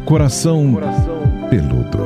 Coração Peludo.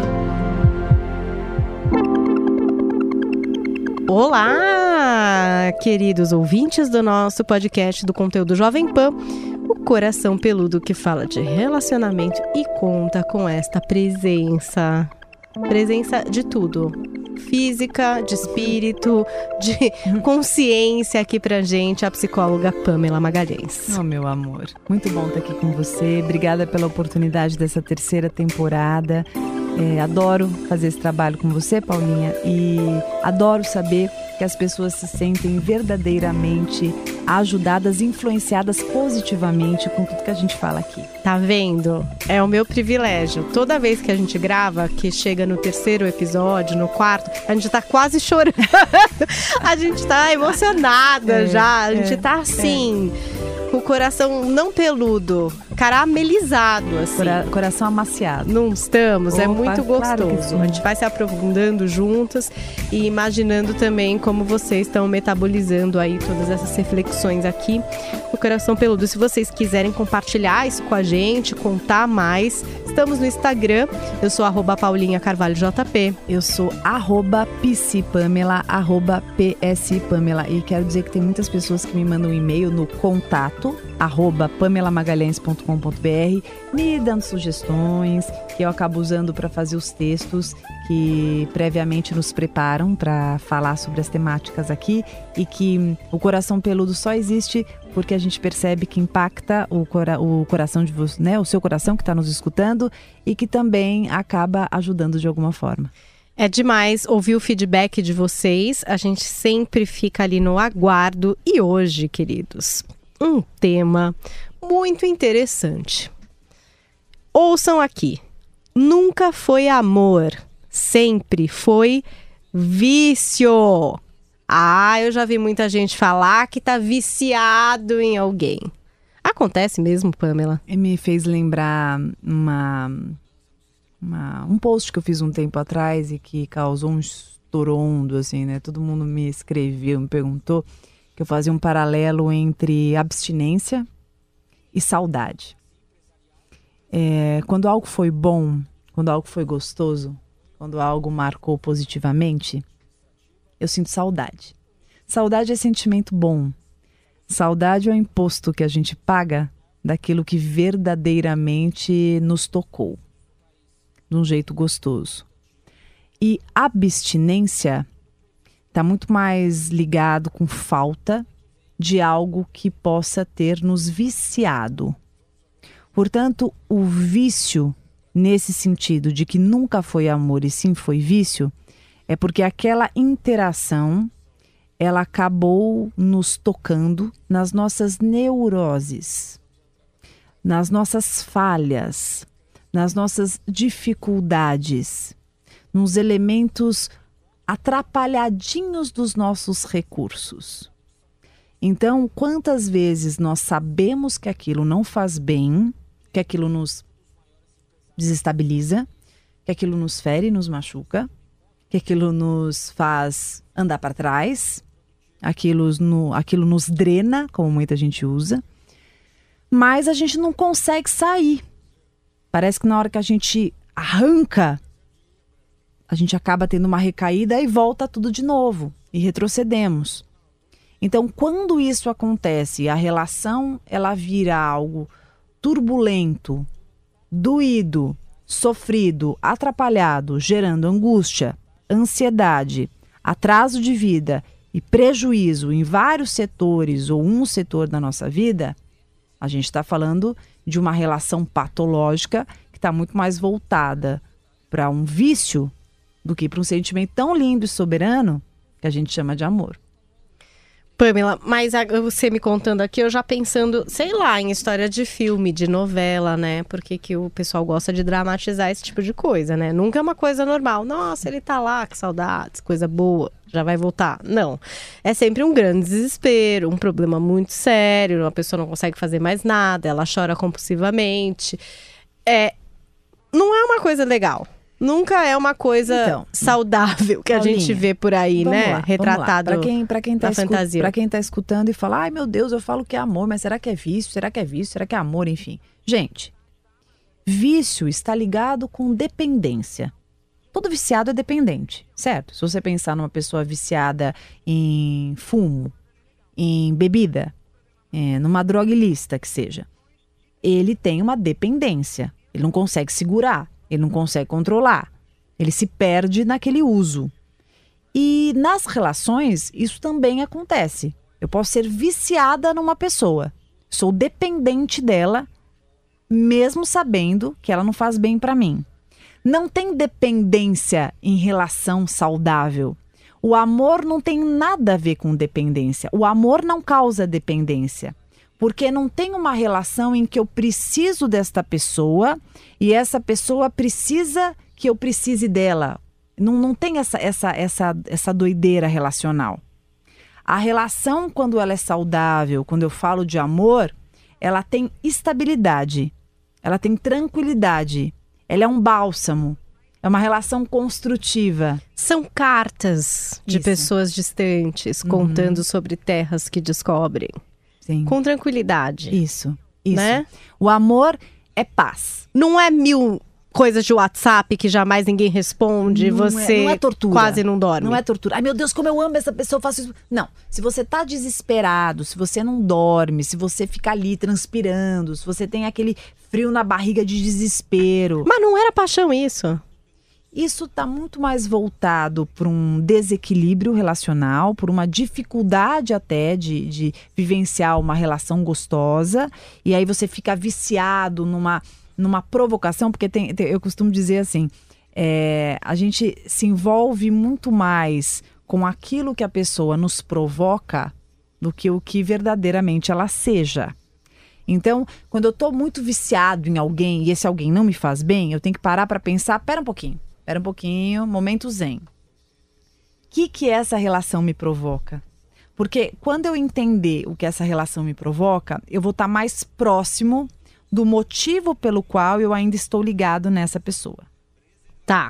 Olá, queridos ouvintes do nosso podcast do conteúdo Jovem Pan, o Coração Peludo, que fala de relacionamento e conta com esta presença de tudo. Física, de espírito, de consciência aqui pra gente, a psicóloga Pamela Magalhães. Oh, meu amor, muito bom estar aqui com você. Obrigada pela oportunidade dessa terceira temporada. Adoro fazer esse trabalho com você, Paulinha, e adoro saber que as pessoas se sentem verdadeiramente ajudadas, influenciadas positivamente com tudo que a gente fala aqui. Tá vendo? É o meu privilégio. Toda vez que a gente grava, que chega no terceiro episódio, no quarto, a gente tá quase chorando. A gente tá emocionada já. A gente tá assim, com o coração não peludo, caramelizado, assim. Coração amaciado. Não estamos? Opa, é muito gostoso. Claro que sim. A gente vai se aprofundando juntas e imaginando também como vocês estão metabolizando aí todas essas reflexões aqui no Coração Peludo. Se vocês quiserem compartilhar isso com a gente, contar mais, estamos no Instagram. Eu sou @PaulinhaCarvalhoJP. Eu sou @PSPamela, @PSPamela. E quero dizer que tem muitas pessoas que me mandam um e-mail no contato @PamelaMagalhães.com.br, me dando sugestões que eu acabo usando para fazer os textos que previamente nos preparam para falar sobre as temáticas aqui, e que o Coração Peludo só existe porque a gente percebe que impacta o coração de você, né? O seu coração que está nos escutando, e que também acaba ajudando de alguma forma. É demais ouvir o feedback de vocês, a gente sempre fica ali no aguardo. E hoje, queridos, um tema muito interessante. Ouçam aqui. Nunca foi amor, sempre foi vício. Eu já vi muita gente falar que tá viciado em alguém. Acontece mesmo, Pamela? Me fez lembrar um post que eu fiz um tempo atrás e que causou um estorondo, assim, né? Todo mundo me escreveu, me perguntou que eu fazia um paralelo entre abstinência e saudade. Quando algo foi bom, quando algo foi gostoso, quando algo marcou positivamente, eu sinto saudade. Saudade é sentimento bom. Saudade é o imposto que a gente paga daquilo que verdadeiramente nos tocou, de um jeito gostoso. E abstinência está muito mais ligado com falta de algo que possa ter nos viciado. Portanto, o vício, nesse sentido de que nunca foi amor e sim foi vício, é porque aquela interação, ela acabou nos tocando nas nossas neuroses, nas nossas falhas, nas nossas dificuldades, nos elementos atrapalhadinhos dos nossos recursos. Então, quantas vezes nós sabemos que aquilo não faz bem, que aquilo nos desestabiliza, que aquilo nos fere, nos machuca, que aquilo nos faz andar para trás, aquilo nos drena, como muita gente usa, mas a gente não consegue sair. Parece que na hora que a gente arranca, a gente acaba tendo uma recaída e volta tudo de novo, e retrocedemos. Então, quando isso acontece, a relação ela vira algo turbulento, doído, sofrido, atrapalhado, gerando angústia, ansiedade, atraso de vida e prejuízo em vários setores ou um setor da nossa vida, a gente está falando de uma relação patológica que está muito mais voltada para um vício do que para um sentimento tão lindo e soberano que a gente chama de amor. Pamela, mas você me contando aqui, eu já pensando, sei lá, em história de filme, de novela, né? Porque que o pessoal gosta de dramatizar esse tipo de coisa, né? Nunca é uma coisa normal. Nossa, ele tá lá, que saudades, coisa boa, já vai voltar. Não. É sempre um grande desespero, um problema muito sério, a pessoa não consegue fazer mais nada, ela chora compulsivamente. Não é uma coisa legal. Nunca é uma coisa saudável que Paulinha, a gente vê por aí, né? Lá, retratado pra quem tá na fantasia. Pra quem tá escutando e fala, ai meu Deus, eu falo que é amor, mas será que é vício? Será que é vício? Será que é amor? Enfim. Gente, Vício está ligado com dependência. Todo viciado é dependente, certo? Se você pensar numa pessoa viciada em fumo, em bebida, numa droga ilícita que seja, ele tem uma dependência. Ele não consegue segurar, ele não consegue controlar. Ele se perde naquele uso. E nas relações, isso também acontece. Eu posso ser viciada numa pessoa. Sou dependente dela, mesmo sabendo que ela não faz bem para mim. Não tem dependência em relação saudável. O amor não tem nada a ver com dependência. O amor não causa dependência. Porque não tem uma relação em que eu preciso desta pessoa e essa pessoa precisa que eu precise dela. Não tem essa doideira relacional. A relação, quando ela é saudável, quando eu falo de amor, ela tem estabilidade, ela tem tranquilidade, ela é um bálsamo, é uma relação construtiva. São cartas de pessoas distantes contando sobre terras que descobrem. Sim. Com tranquilidade. Isso. Né? O amor é paz. Não é 1000 coisas de WhatsApp que jamais ninguém responde, não é tortura. Quase não dorme. Não é tortura. Ai, meu Deus, como eu amo essa pessoa, eu faço isso. Não. Se você tá desesperado, se você não dorme, se você fica ali transpirando, se você tem aquele frio na barriga de desespero. Mas não era paixão isso. Isso está muito mais voltado para um desequilíbrio relacional, por uma dificuldade até de vivenciar uma relação gostosa. E aí você fica viciado numa provocação, porque eu costumo dizer assim, a gente se envolve muito mais com aquilo que a pessoa nos provoca do que o que verdadeiramente ela seja. Então, quando eu estou muito viciado em alguém e esse alguém não me faz bem, eu tenho que parar para pensar, pera um pouquinho, momento zen. O que essa relação me provoca? Porque quando eu entender o que essa relação me provoca, eu vou estar mais próximo do motivo pelo qual eu ainda estou ligado nessa pessoa. Tá.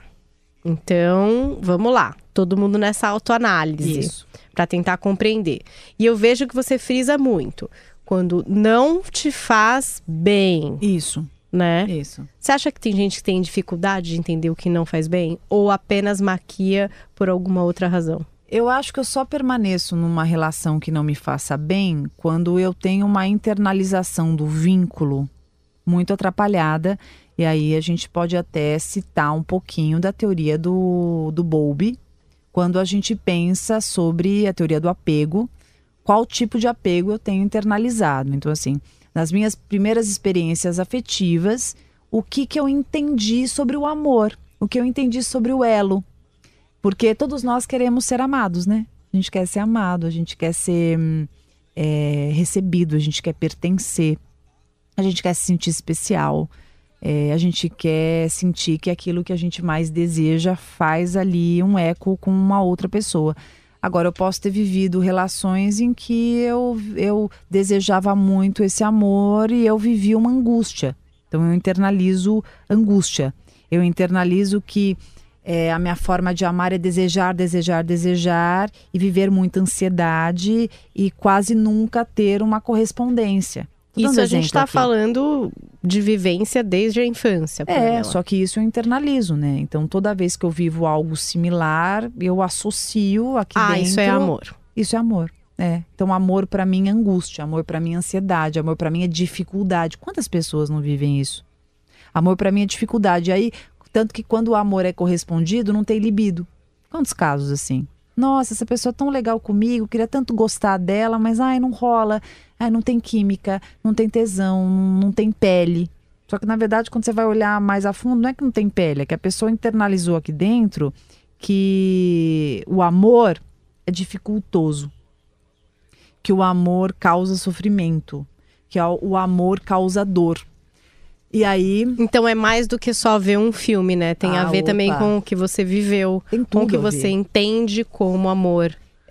Então, vamos lá. Todo mundo nessa autoanálise. Isso. Para tentar compreender. E eu vejo que você frisa muito. Quando não te faz bem. Isso. Né? Isso. Você acha que tem gente que tem dificuldade de entender o que não faz bem? Ou apenas maquia por alguma outra razão? Eu acho que eu só permaneço numa relação que não me faça bem quando eu tenho uma internalização do vínculo muito atrapalhada. E aí a gente pode até citar um pouquinho da teoria do Bowlby, quando a gente pensa sobre a teoria do apego, qual tipo de apego eu tenho internalizado. Então, assim, nas minhas primeiras experiências afetivas, o que eu entendi sobre o amor, o que eu entendi sobre o elo. Porque todos nós queremos ser amados, né? A gente quer ser amado, a gente quer ser recebido, a gente quer pertencer, a gente quer se sentir especial, a gente quer sentir que aquilo que a gente mais deseja faz ali um eco com uma outra pessoa. Agora, eu posso ter vivido relações em que eu desejava muito esse amor e eu vivi uma angústia. Então, eu internalizo angústia. Eu internalizo que a minha forma de amar é desejar, desejar, desejar e viver muita ansiedade e quase nunca ter uma correspondência. Isso a gente está falando de vivência desde a infância. Só que isso eu internalizo, né? Então, toda vez que eu vivo algo similar, eu associo aqui dentro... isso é amor. Isso é amor, Então, amor pra mim é angústia, amor pra mim é ansiedade, amor pra mim é dificuldade. Quantas pessoas não vivem isso? Amor pra mim é dificuldade. E aí, tanto que quando o amor é correspondido, não tem libido. Quantos casos assim? Nossa, essa pessoa é tão legal comigo, queria tanto gostar dela, mas não rola, não tem química, não tem tesão, não tem pele. Só que na verdade, quando você vai olhar mais a fundo, não é que não tem pele, é que a pessoa internalizou aqui dentro que o amor é dificultoso, que o amor causa sofrimento, que o amor causa dor. E aí... Então é mais do que só ver um filme, né? Tem a ver também com o que você viveu, com o que você entende como amor.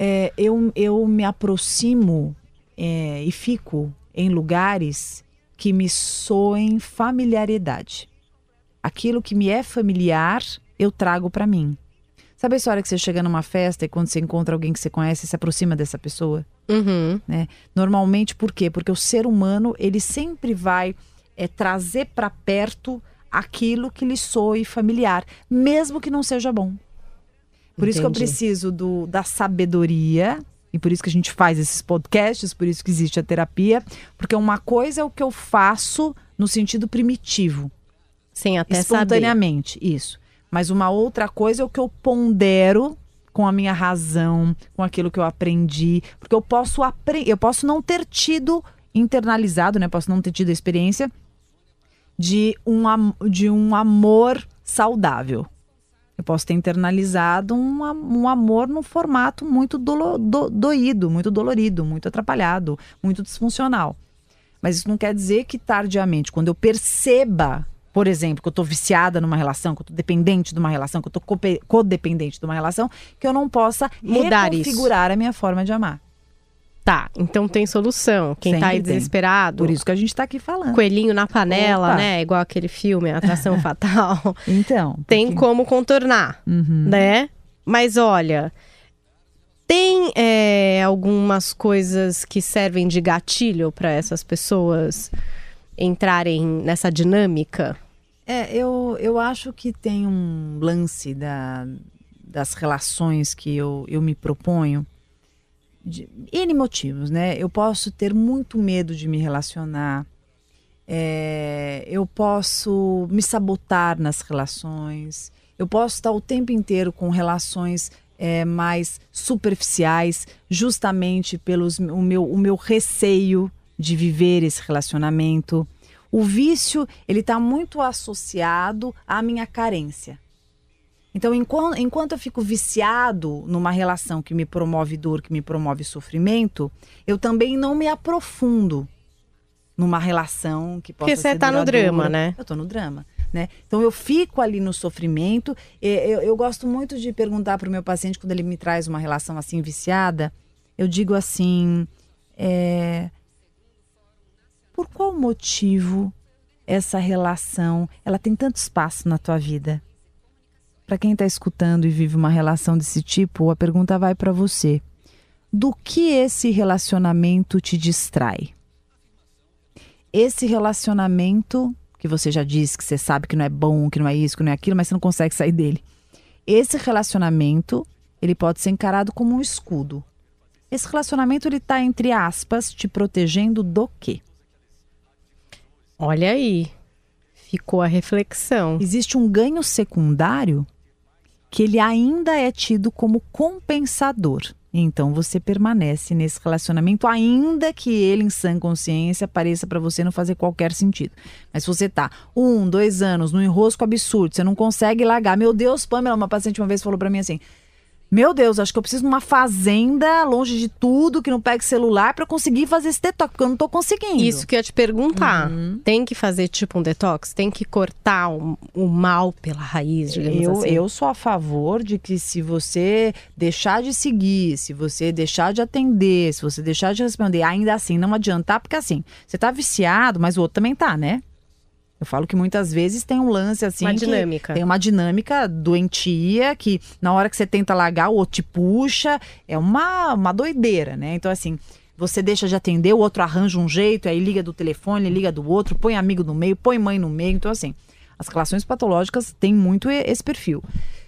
Eu me aproximo e fico em lugares que me soem familiaridade. Aquilo que me é familiar, eu trago pra mim. Sabe a história que você chega numa festa e quando você encontra alguém que você conhece, se aproxima dessa pessoa? Uhum. Né? Normalmente, por quê? Porque o ser humano, ele sempre vai... trazer para perto aquilo que lhe soe familiar, mesmo que não seja bom. Por isso que eu Entendi. preciso da sabedoria, e por isso que a gente faz esses podcasts, por isso que existe a terapia, porque uma coisa é o que eu faço no sentido primitivo, Sem até saber. espontaneamente, isso. Mas uma outra coisa é o que eu pondero com a minha razão, com aquilo que eu aprendi, porque eu posso não ter tido internalizado, né? Posso não ter tido a experiência de um amor saudável. Eu posso ter internalizado um amor num formato muito doído, muito dolorido, muito atrapalhado, muito disfuncional. Mas isso não quer dizer que tardiamente, quando eu perceba, por exemplo, que eu estou viciada numa relação, que eu estou dependente de uma relação, que eu estou codependente de uma relação, que eu não possa Mudar reconfigurar a minha forma de amar. Tá, então tem solução. Quem tá aí Sempre tem. desesperado, Por isso que a gente está aqui falando. coelhinho na panela, Opa. né? Igual aquele filme, Atração Fatal. Então. Tem porque- como contornar, né? Mas olha, tem algumas coisas que servem de gatilho para essas pessoas entrarem nessa dinâmica? Eu acho que tem um lance das relações que eu me proponho, de N motivos, né? Eu posso ter muito medo de me relacionar, eu posso me sabotar nas relações, eu posso estar o tempo inteiro com relações mais superficiais, justamente o meu receio de viver esse relacionamento. O vício, ele está muito associado à minha carência. Então, enquanto eu fico viciado numa relação que me promove dor, que me promove sofrimento, eu também não me aprofundo numa relação que possa Porque ser você tá no duradoura. drama, né? Eu tô no drama, né? Então, eu fico ali no sofrimento. Eu gosto muito de perguntar para o meu paciente, quando ele me traz uma relação assim viciada, eu digo assim, por qual motivo essa relação, ela tem tanto espaço na tua vida? Para quem está escutando e vive uma relação desse tipo, a pergunta vai para você. Do que esse relacionamento te distrai? Esse relacionamento, que você já disse que você sabe que não é bom, que não é isso, que não é aquilo, mas você não consegue sair dele. Esse relacionamento, ele pode ser encarado como um escudo. Esse relacionamento, ele está, entre aspas, te protegendo do quê? Olha aí, ficou a reflexão. Existe um ganho secundário que ele ainda é tido como compensador. Então você permanece nesse relacionamento, ainda que ele, em sã consciência, pareça para você não fazer qualquer sentido. Mas se você tá 1, 2 anos num enrosco absurdo, você não consegue largar. Meu Deus, Pamela, uma paciente uma vez falou para mim assim: meu Deus, acho que eu preciso de uma fazenda longe de tudo, que não pegue celular, para conseguir fazer esse detox, porque eu não tô conseguindo. Isso que eu ia te perguntar. Tem que fazer tipo um detox? Tem que cortar o mal pela raiz, digamos assim? Eu sou a favor de que, se você deixar de seguir, se você deixar de atender, se você deixar de responder, ainda assim não adiantar, porque assim, você tá viciado, mas o outro também tá, né? Eu falo que muitas vezes tem um lance assim, Uma que dinâmica. tem uma dinâmica doentia, que na hora que você tenta largar, o outro te puxa, é uma doideira, né? Então assim, você deixa de atender, o outro arranja um jeito, aí liga do telefone, liga do outro, põe amigo no meio, põe mãe no meio. Então assim, as relações patológicas têm muito esse perfil.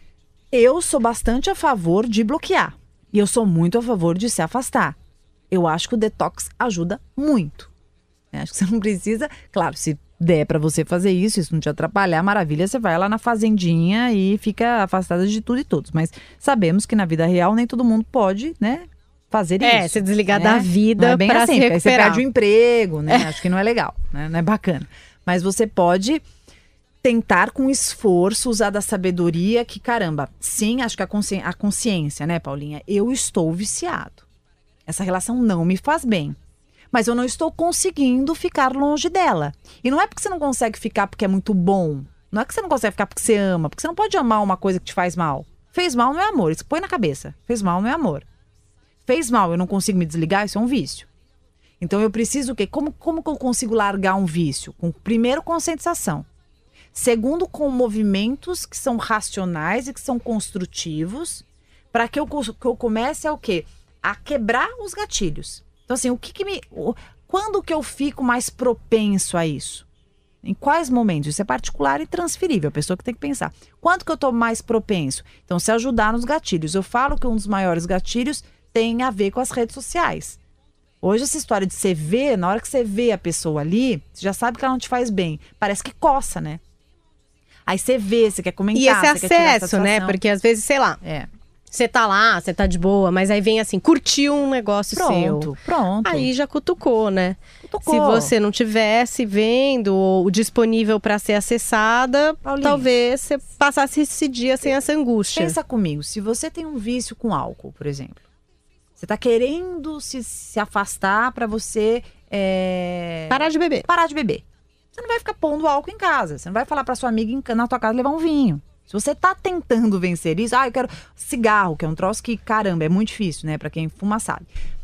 Eu sou bastante a favor de bloquear, e eu sou muito a favor de se afastar. Eu acho que o detox ajuda muito. Acho que você não precisa, claro, se der para você fazer isso não te atrapalhar, maravilha, você vai lá na fazendinha e fica afastada de tudo e todos. Mas sabemos que na vida real nem todo mundo pode, né, fazer isso. Se desligar né? da vida não é bem pra assim, se porque aí você recuperar. perde o emprego, né? Acho que não é legal, né? Não é bacana. Mas você pode tentar com esforço, usar da sabedoria, que caramba, sim, acho que a consciência, né, Paulinha? Eu estou viciado. Essa relação não me faz bem. Mas eu não estou conseguindo ficar longe dela. E não é porque você não consegue ficar porque é muito bom. Não é que você não consegue ficar porque você ama. Porque você não pode amar uma coisa que te faz mal. Fez mal não é amor. Isso põe na cabeça. Fez mal não é amor. Fez mal, eu não consigo me desligar, isso é um vício. Então eu preciso o quê? Como que eu consigo largar um vício? Primeiro, conscientização. Segundo, com movimentos que são racionais e que são construtivos. Para que eu comece a o quê? A quebrar os gatilhos. Então assim, quando que eu fico mais propenso a isso? Em quais momentos? Isso é particular e transferível, a pessoa que tem que pensar. Quanto que eu estou mais propenso? Então, se ajudar nos gatilhos. Eu falo que um dos maiores gatilhos tem a ver com as redes sociais. Hoje, essa história de você ver, na hora que você vê a pessoa ali, você já sabe que ela não te faz bem. Parece que coça, né? Aí você vê, você quer comentar, E esse você quer tirar acesso, né? satisfação. Porque às vezes, sei lá, você tá lá, você tá de boa, mas aí vem assim, curtiu um negócio seu. Pronto. Aí já cutucou, né? Cutucou. Se você não tivesse vendo ou disponível para ser acessada, Paulinha, talvez você passasse esse dia sem essa angústia. Pensa comigo, se você tem um vício com álcool, por exemplo, você tá querendo se afastar para você Parar de beber. parar de beber. Você não vai ficar pondo álcool em casa. Você não vai falar pra sua amiga na tua casa levar um vinho. Se você tá tentando vencer isso, eu quero cigarro, que é um troço que, caramba, é muito difícil, né? Pra quem fuma sabe.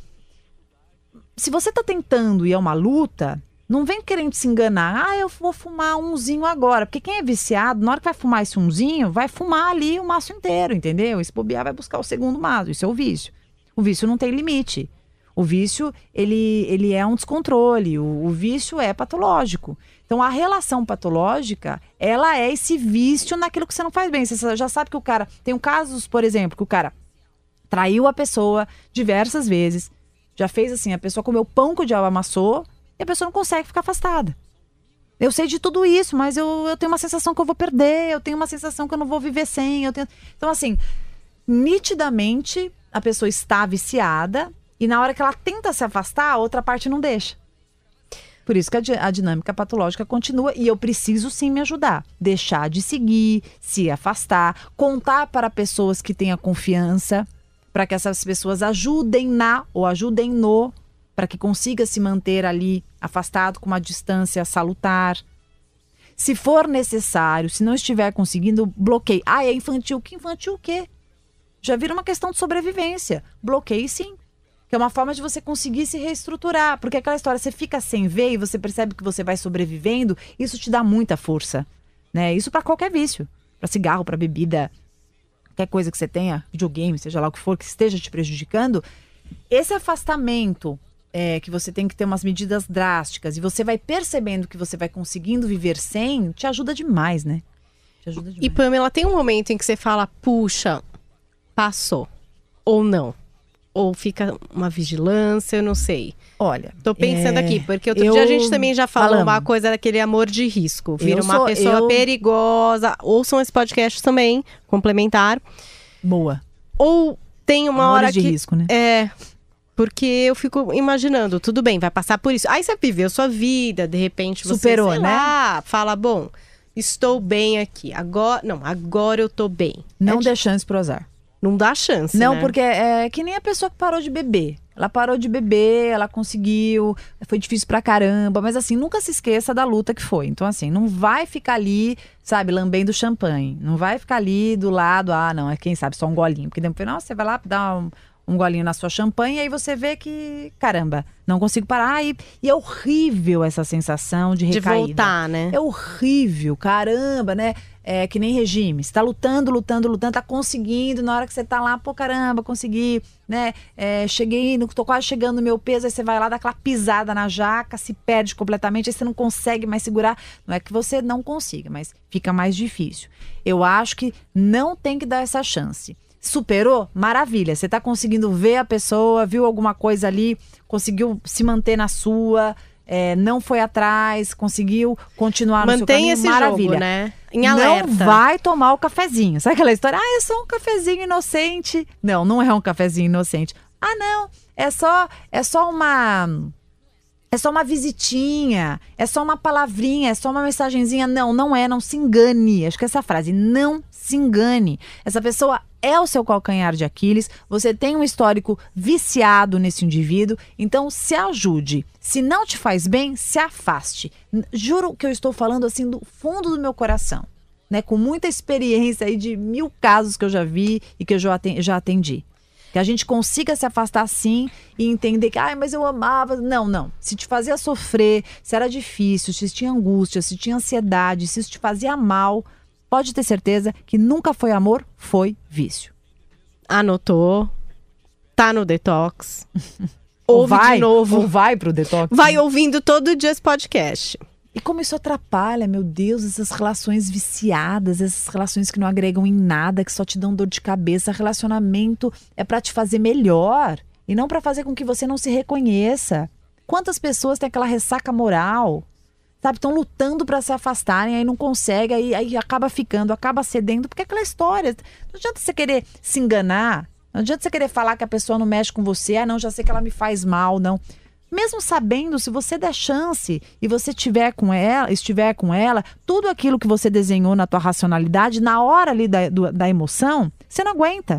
Se você tá tentando e é uma luta, não vem querendo se enganar. Eu vou fumar umzinho agora. Porque quem é viciado, na hora que vai fumar esse umzinho, vai fumar ali o maço inteiro, entendeu? E se bobear, vai buscar o segundo maço. Isso é o vício. O vício não tem limite. O vício, ele é um descontrole. O vício é patológico. Então, a relação patológica, ela é esse vício naquilo que você não faz bem. Você já sabe que o cara... Tem casos, por exemplo, que o cara traiu a pessoa diversas vezes. Já fez assim, a pessoa comeu pão que o diabo amassou e a pessoa não consegue ficar afastada. Eu sei de tudo isso, mas eu tenho uma sensação que eu vou perder. Eu tenho uma sensação que eu não vou viver sem. Então, assim, nitidamente, a pessoa está viciada e na hora que ela tenta se afastar, a outra parte não deixa. Por isso que a dinâmica patológica continua e eu preciso sim me ajudar. Deixar de seguir, se afastar, contar para pessoas que tenham confiança, para que essas pessoas ajudem ou ajudem para que consiga se manter ali afastado com uma distância salutar. Se for necessário, se não estiver conseguindo, bloqueie. É infantil. Que infantil o quê? Já vira uma questão de sobrevivência. Bloqueie sim. Que é uma forma de você conseguir se reestruturar. Porque aquela história, você fica sem ver e você percebe que você vai sobrevivendo, isso te dá muita força, né? Isso para qualquer vício. Para cigarro, para bebida, qualquer coisa que você tenha, videogame, seja lá o que for, que esteja te prejudicando. Esse afastamento, que você tem que ter umas medidas drásticas, e você vai percebendo que você vai conseguindo viver sem, te ajuda demais, né? Te ajuda demais. E Pamela, tem um momento em que você fala, puxa, passou. Ou não. Ou fica uma vigilância, eu não sei. Olha, tô pensando aqui, porque outro dia a gente também já falou uma coisa daquele amor de risco. Vira uma pessoa perigosa. Ouçam esse podcast também, complementar. Boa. Ou tem uma hora de risco, né? Porque eu fico imaginando, tudo bem, vai passar por isso. Aí você viveu sua vida, de repente você superou, sei lá, fala, bom, estou bem aqui. Agora eu tô bem. Não dê chance pro azar. Não dá chance, Não, né? porque é que nem a pessoa que parou de beber. Ela parou de beber, ela conseguiu, foi difícil pra caramba, mas assim, nunca se esqueça da luta que foi. Então assim, não vai ficar ali, sabe, lambendo champanhe. Não vai ficar ali do lado, quem sabe, só um golinho. Porque depois, você vai lá dar um golinho na sua champanhe e aí você vê que, caramba, não consigo parar. E é horrível essa sensação de recaída. De voltar, né? É horrível, caramba, né? É que nem regime. Você tá lutando, tá conseguindo. Na hora que você tá lá, caramba, consegui, né? Tô quase chegando no meu peso. Aí você vai lá, dá aquela pisada na jaca, se perde completamente. Aí você não consegue mais segurar. Não é que você não consiga, mas fica mais difícil. Eu acho que não tem que dar essa chance. Superou? Maravilha. Você tá conseguindo ver a pessoa, viu alguma coisa ali, conseguiu se manter na sua, não foi atrás, conseguiu continuar no seu caminho. Mantém esse maravilha. jogo, né? Em alerta. Não vai tomar o cafezinho. Sabe aquela história? É só um cafezinho inocente. Não é um cafezinho inocente. Não, é só uma visitinha, é só uma palavrinha, é só uma mensagenzinha. Não se engane. Acho que essa frase, não se engane. Essa pessoa é o seu calcanhar de Aquiles, você tem um histórico viciado nesse indivíduo, então se ajude. Se não te faz bem, se afaste. Juro que eu estou falando assim do fundo do meu coração, né? Com muita experiência aí de 1000 casos que eu já vi e que eu já atendi. Que a gente consiga se afastar sim e entender que, mas eu amava. Não. Se te fazia sofrer, se era difícil, se tinha angústia, se tinha ansiedade, se isso te fazia mal, pode ter certeza que nunca foi amor, foi vício. Anotou. Tá no detox. Ouve de novo. Ou vai pro detox. Vai ouvindo todo dia esse podcast. E como isso atrapalha, meu Deus, essas relações viciadas, essas relações que não agregam em nada, que só te dão dor de cabeça. Relacionamento é pra te fazer melhor e não pra fazer com que você não se reconheça. Quantas pessoas têm aquela ressaca moral, sabe? Estão lutando pra se afastarem, aí não conseguem, aí acaba ficando, acaba cedendo, porque é aquela história. Não adianta você querer se enganar, não adianta você querer falar que a pessoa não mexe com você, não, já sei que ela me faz mal, não. Mesmo sabendo, se você der chance e você estiver com ela, tudo aquilo que você desenhou na tua racionalidade, na hora ali da emoção, você não aguenta.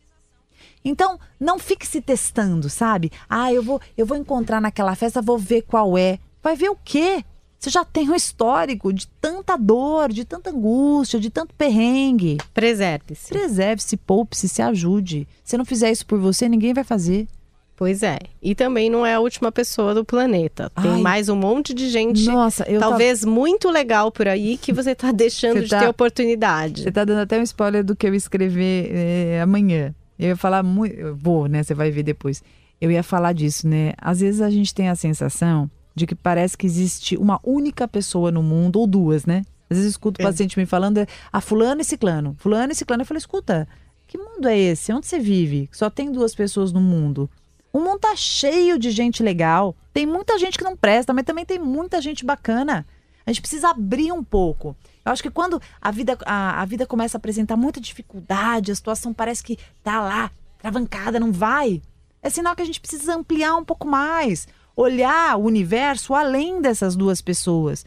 Então, não fique se testando, sabe? Eu vou encontrar naquela festa, vou ver qual é. Vai ver o quê? Você já tem um histórico de tanta dor, de tanta angústia, de tanto perrengue. Preserve-se. Preserve-se, poupe-se, se ajude. Se não fizer isso por você, ninguém vai fazer. Pois é. E também não é a última pessoa do planeta. Tem mais um monte de gente, talvez muito legal por aí, que você tá deixando de ter oportunidade. Você tá dando até um spoiler do que eu escrever amanhã. Eu ia falar muito... Eu vou, né? Você vai ver depois. Eu ia falar disso, né? Às vezes a gente tem a sensação de que parece que existe uma única pessoa no mundo, ou duas, né? Às vezes eu escuto o paciente me falando, fulano e ciclano. Fulano e ciclano. Eu falo, escuta, que mundo é esse? Onde você vive? Só tem duas pessoas no mundo. O mundo tá cheio de gente legal. Tem muita gente que não presta, mas também tem muita gente bacana. A gente precisa abrir um pouco. Eu acho que quando a vida começa a apresentar muita dificuldade, a situação parece que tá lá, travancada, não vai. É sinal que a gente precisa ampliar um pouco mais. Olhar o universo além dessas duas pessoas.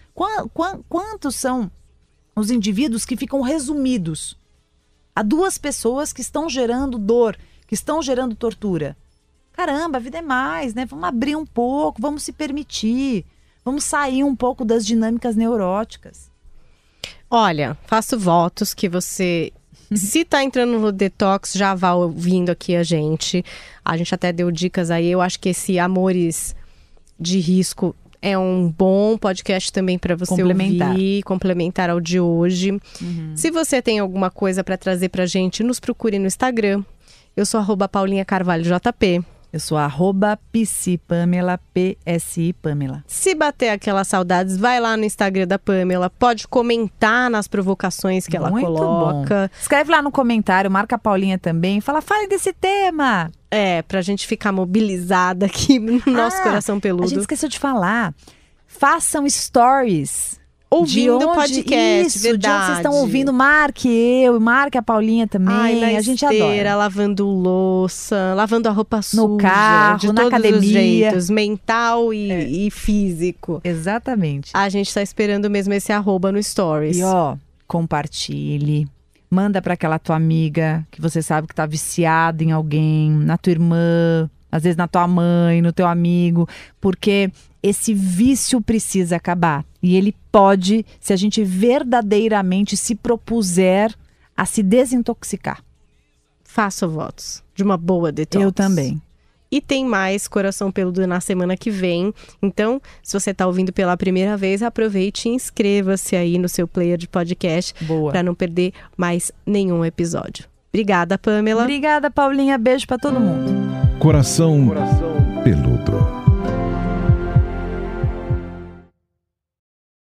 Quantos são os indivíduos que ficam resumidos a duas pessoas que estão gerando dor, que estão gerando tortura? Caramba, a vida é mais, né? Vamos abrir um pouco, vamos se permitir. Vamos sair um pouco das dinâmicas neuróticas. Olha, faço votos que você, se tá entrando no detox, já vá ouvindo aqui a gente. A gente até deu dicas aí. Eu acho que esse Amores de Risco é um bom podcast também para você ouvir, complementar ao de hoje. Se você tem alguma coisa para trazer pra gente, nos procure no Instagram. Eu sou @PaulinhaCarvalhoJP. Eu sou @PsiPamela, PSI Pamela. Se bater aquelas saudades, vai lá no Instagram da Pamela. Pode comentar nas provocações que ela coloca. Bom. Escreve lá no comentário, marca a Paulinha também. Fale desse tema. Pra gente ficar mobilizada aqui no nosso coração peludo. A gente esqueceu de falar. Façam stories. Ouvindo o podcast, isso, de onde vocês estão ouvindo, marque a Paulinha também, a gente adora. Lavando louça, lavando a roupa suja, no carro, de na todos academia. os jeitos, mental e físico. Exatamente. A gente tá esperando mesmo esse @ no Stories. E compartilhe, manda para aquela tua amiga que você sabe que tá viciada em alguém, na tua irmã, às vezes na tua mãe, no teu amigo, porque esse vício precisa acabar. E ele pode, se a gente verdadeiramente se propuser a se desintoxicar. Faço votos de uma boa detox. Eu também. E tem mais Coração Peludo na semana que vem. Então, se você está ouvindo pela primeira vez, aproveite e inscreva-se aí no seu player de podcast. Boa. Para não perder mais nenhum episódio. Obrigada, Pamela. Obrigada, Paulinha. Beijo para todo mundo. Coração Peludo.